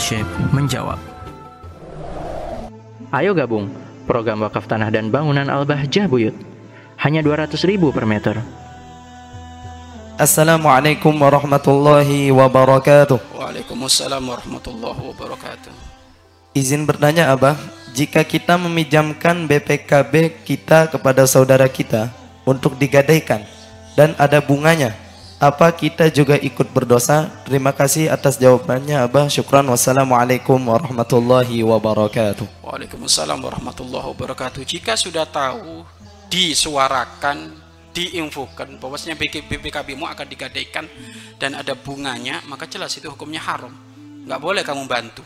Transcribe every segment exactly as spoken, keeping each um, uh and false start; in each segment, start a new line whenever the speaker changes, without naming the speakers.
Syekh menjawab. Ayo gabung program wakaf tanah dan bangunan Al-Bahjah Buyut. Hanya dua ratus ribu per meter.
Assalamualaikum warahmatullahi wabarakatuh.
Waalaikumsalam warahmatullahi wabarakatuh.
Izin bertanya Abah, jika kita meminjamkan B P K B kita kepada saudara kita untuk digadaikan dan ada bunganya, apa kita juga ikut berdosa? Terima kasih atas jawabannya Abah. Syukran. Wassalamualaikum warahmatullahi wabarakatuh.
Waalaikumsalam warahmatullahi wabarakatuh. Jika sudah tahu, disuarakan, diinfokan bahwasanya B P K B mu akan digadaikan dan ada bunganya, maka jelas itu hukumnya haram. Nggak boleh kamu bantu.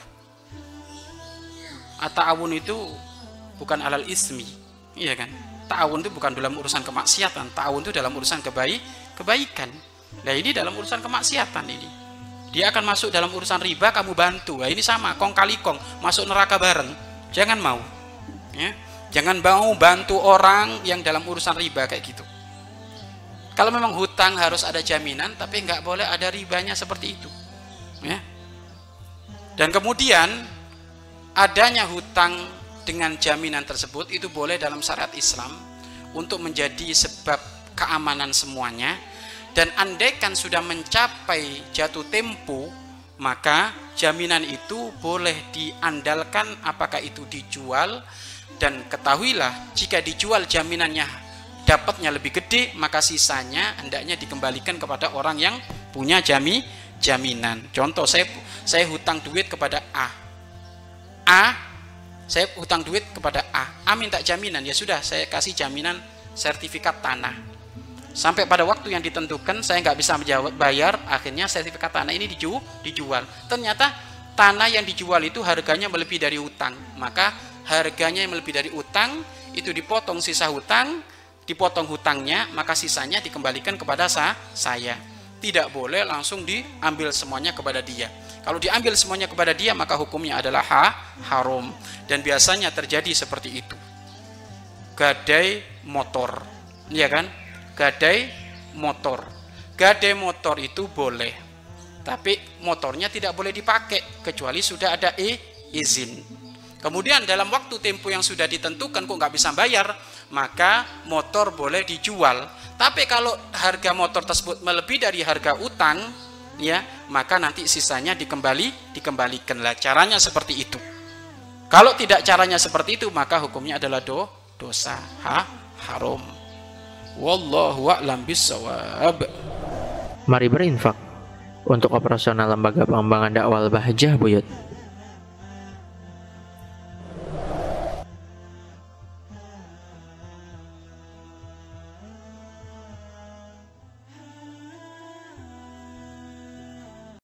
At-ta'awun itu bukan alal ismi, iya kan? Ta'awun itu bukan dalam urusan kemaksiatan, ta'awun itu dalam urusan kebaik, kebaikan. Nah ini dalam urusan kemaksiatan ini. Dia akan masuk dalam urusan riba, kamu bantu. Nah ini sama, kong kali kong, masuk neraka bareng. Jangan mau. Ya. Jangan mau bantu orang yang dalam urusan riba kayak gitu. Kalau memang hutang harus ada jaminan, tapi nggak boleh ada ribanya seperti itu. Ya. Dan kemudian adanya hutang dengan jaminan tersebut itu boleh dalam syariat Islam untuk menjadi sebab keamanan semuanya. Dan andaikan sudah mencapai jatuh tempo, maka jaminan itu boleh diandalkan apakah itu dijual. Dan ketahuilah, jika dijual jaminannya dapatnya lebih gede, maka sisanya hendaknya dikembalikan kepada orang yang punya jami, jaminan. Contoh, saya saya hutang duit kepada A. A, saya hutang duit kepada A. A minta jaminan, ya sudah, saya kasih jaminan sertifikat tanah. Sampai pada waktu yang ditentukan saya nggak bisa menjawab bayar, akhirnya sertifikat tanah ini diju, dijual. Ternyata tanah yang dijual itu harganya melebihi dari utang. Maka harganya yang melebihi dari utang itu dipotong sisa hutang, dipotong hutangnya, maka sisanya dikembalikan kepada sa, saya. Tidak boleh langsung diambil semuanya kepada dia. Kalau diambil semuanya kepada dia, maka hukumnya adalah ha, haram. Dan biasanya terjadi seperti itu. Gadai motor, iya kan? Gadai motor. Gadai motor itu boleh, tapi motornya tidak boleh dipakai kecuali sudah ada e, izin. Kemudian dalam waktu tempo yang sudah ditentukan kok nggak bisa bayar, maka motor boleh dijual. Tapi kalau harga motor tersebut melebihi dari harga utang, ya, maka nanti sisanya dikembali dikembalikanlah. Caranya seperti itu. Kalau tidak caranya seperti itu, maka hukumnya adalah do, dosa, ha, haram. Wallahu a'lam bissawab.
Mari berinfak untuk operasional lembaga pengembangan dakwah Al-Bahjah Buyut.